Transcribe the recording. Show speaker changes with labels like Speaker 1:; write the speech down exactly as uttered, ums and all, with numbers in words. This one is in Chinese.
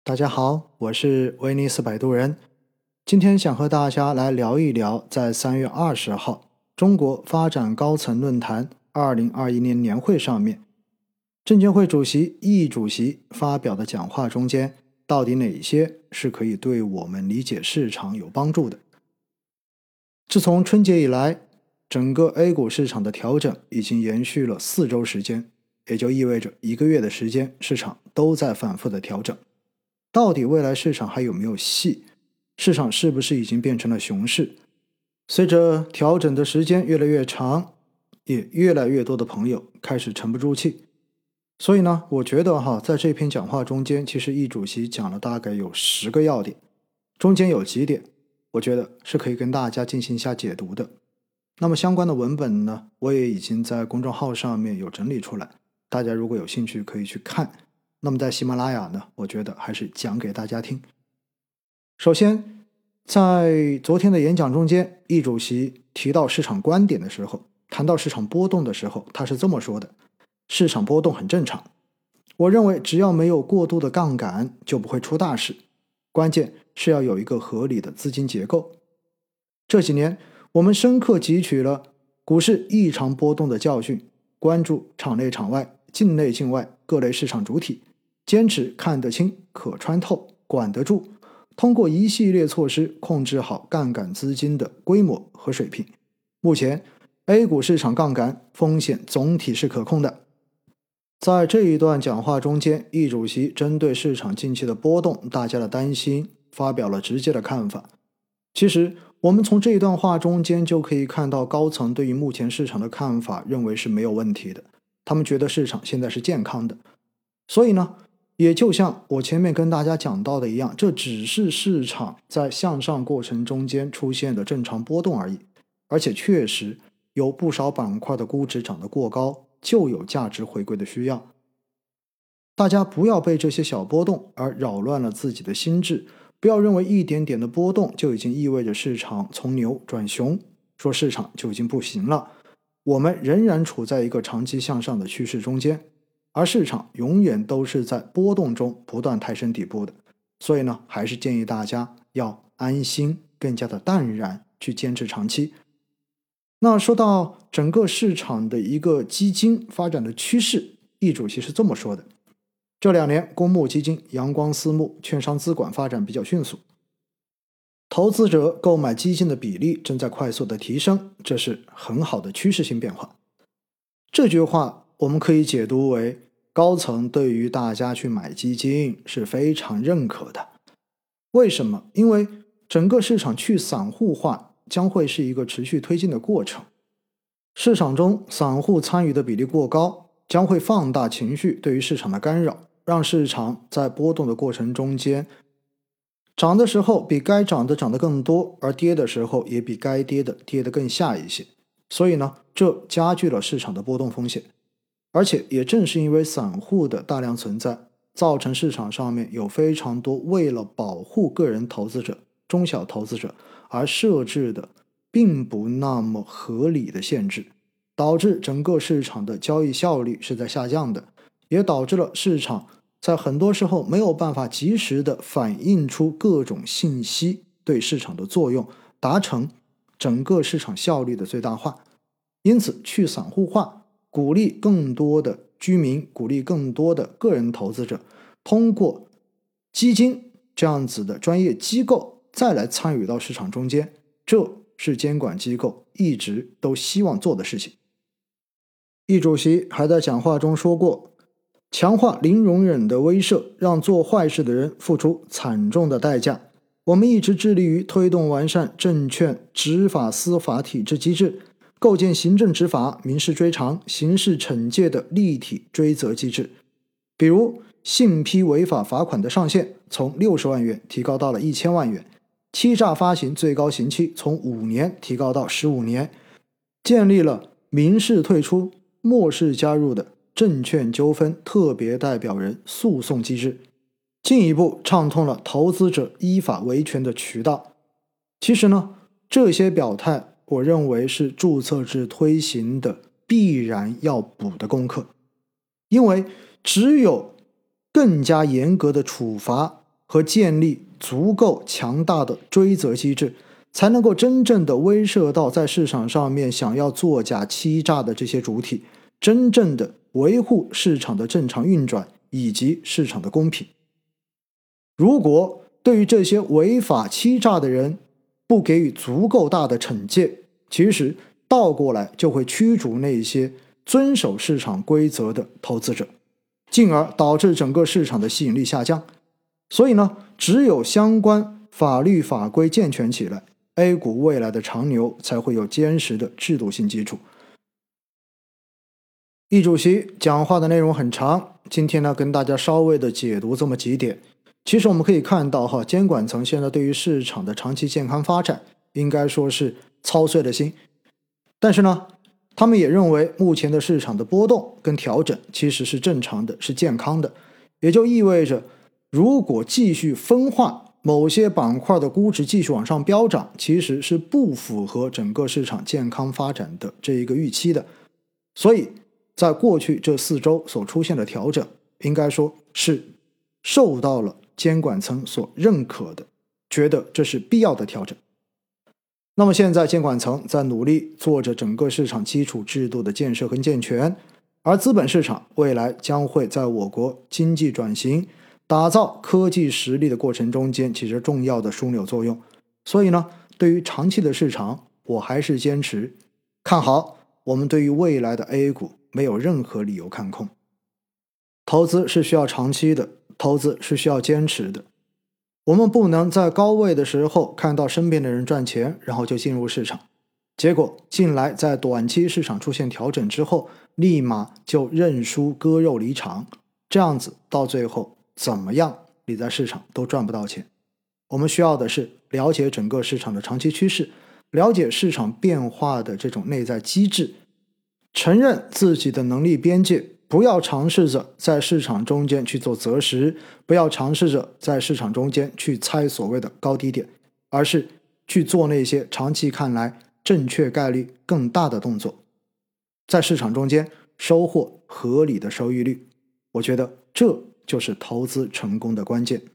Speaker 1: 大家好，我是威尼斯摆渡人。今天想和大家来聊一聊，在三月二十号中国发展高层论坛二零二一年年会上面，证监会主席易主席发表的讲话中间，到底哪些是可以对我们理解市场有帮助的？自从春节以来，整个 A 股市场的调整已经延续了四周时间，也就意味着一个月的时间，市场都在反复的调整。到底未来市场还有没有戏？市场是不是已经变成了熊市？随着调整的时间越来越长，也越来越多的朋友开始沉不住气。所以呢，我觉得哈，在这篇讲话中间，其实易主席讲了大概有十个要点，中间有几点，我觉得是可以跟大家进行一下解读的。那么相关的文本呢，我也已经在公众号上面有整理出来，大家如果有兴趣可以去看。那么在喜马拉雅呢，我觉得还是讲给大家听。首先，在昨天的演讲中间，易主席提到市场观点的时候，谈到市场波动的时候，他是这么说的：市场波动很正常，我认为只要没有过度的杠杆，就不会出大事，关键是要有一个合理的资金结构。这几年我们深刻汲取了股市异常波动的教训，关注场内场外、境内境外各类市场主体，坚持看得清、可穿透、管得住，通过一系列措施控制好杠杆资金的规模和水平。目前 A 股市场杠杆风险总体是可控的。在这一段讲话中间，易主席针对市场近期的波动，大家的担心，发表了直接的看法。其实我们从这一段话中间就可以看到，高层对于目前市场的看法认为是没有问题的，他们觉得市场现在是健康的。所以呢，也就像我前面跟大家讲到的一样，这只是市场在向上过程中间出现的正常波动而已，而且确实有不少板块的估值涨得过高，就有价值回归的需要。大家不要被这些小波动而扰乱了自己的心智，不要认为一点点的波动就已经意味着市场从牛转熊，说市场就已经不行了。我们仍然处在一个长期向上的趋势中间，而市场永远都是在波动中不断抬升底部的，所以呢，还是建议大家要安心，更加的淡然去坚持长期。那说到整个市场的一个基金发展的趋势，易主席是这么说的：这两年公募基金、阳光私募、券商资管发展比较迅速，投资者购买基金的比例正在快速的提升，这是很好的趋势性变化。这句话我们可以解读为，高层对于大家去买基金是非常认可的。为什么？因为整个市场去散户化将会是一个持续推进的过程。市场中散户参与的比例过高，将会放大情绪对于市场的干扰，让市场在波动的过程中间，涨的时候比该涨的涨得更多，而跌的时候也比该跌的跌得更下一些。所以呢，这加剧了市场的波动风险。而且也正是因为散户的大量存在，造成市场上面有非常多为了保护个人投资者、中小投资者而设置的并不那么合理的限制，导致整个市场的交易效率是在下降的，也导致了市场在很多时候没有办法及时的反映出各种信息对市场的作用，达成整个市场效率的最大化。因此去散户化，鼓励更多的居民，鼓励更多的个人投资者通过基金这样子的专业机构再来参与到市场中间，这是监管机构一直都希望做的事情。易主席还在讲话中说过，强化零容忍的威慑，让做坏事的人付出惨重的代价。我们一直致力于推动完善证券执法司法体制机制，构建行政执法、民事追偿、刑事惩戒的立体追责机制。比如信批违法罚款的上限从六十万元提高到了一千万元，欺诈发行最高刑期从五年提高到十五年，建立了民事退出、漠视加入的证券纠纷特别代表人诉讼机制，进一步畅通了投资者依法维权的渠道。其实呢，这些表态我认为是注册制推行的必然要补的功课，因为只有更加严格的处罚， 和建立足够强大的追责机制，才能够真正的威慑到在市场上面想要作假欺诈的这些主体，真正的维护市场的正常运转以及市场的公平。如果对于这些违法欺诈的人不给予足够大的惩戒，其实倒过来就会驱逐那些遵守市场规则的投资者，进而导致整个市场的吸引力下降。所以呢，只有相关法律法规健全起来， A 股未来的长牛才会有坚实的制度性基础。易主席讲话的内容很长，今天呢跟大家稍微的解读这么几点。其实我们可以看到哈，监管层现在对于市场的长期健康发展应该说是操碎了心，但是呢他们也认为目前的市场的波动跟调整其实是正常的，是健康的，也就意味着如果继续分化，某些板块的估值继续往上飙涨，其实是不符合整个市场健康发展的这一个预期的。所以在过去这四周所出现的调整，应该说是受到了监管层所认可的，觉得这是必要的调整。那么现在监管层在努力做着整个市场基础制度的建设和健全，而资本市场未来将会在我国经济转型、打造科技实力的过程中间起着重要的枢纽作用。所以呢，对于长期的市场，我还是坚持看好。我们对于未来的 A 股没有任何理由看空。投资是需要长期的，投资是需要坚持的。我们不能在高位的时候看到身边的人赚钱，然后就进入市场，结果进来在短期市场出现调整之后，立马就认输割肉离场，这样子到最后怎么样你在市场都赚不到钱。我们需要的是了解整个市场的长期趋势，了解市场变化的这种内在机制，承认自己的能力边界，不要尝试着在市场中间去做择时，不要尝试着在市场中间去猜所谓的高低点，而是去做那些长期看来正确概率更大的动作，在市场中间收获合理的收益率。我觉得这就是投资成功的关键。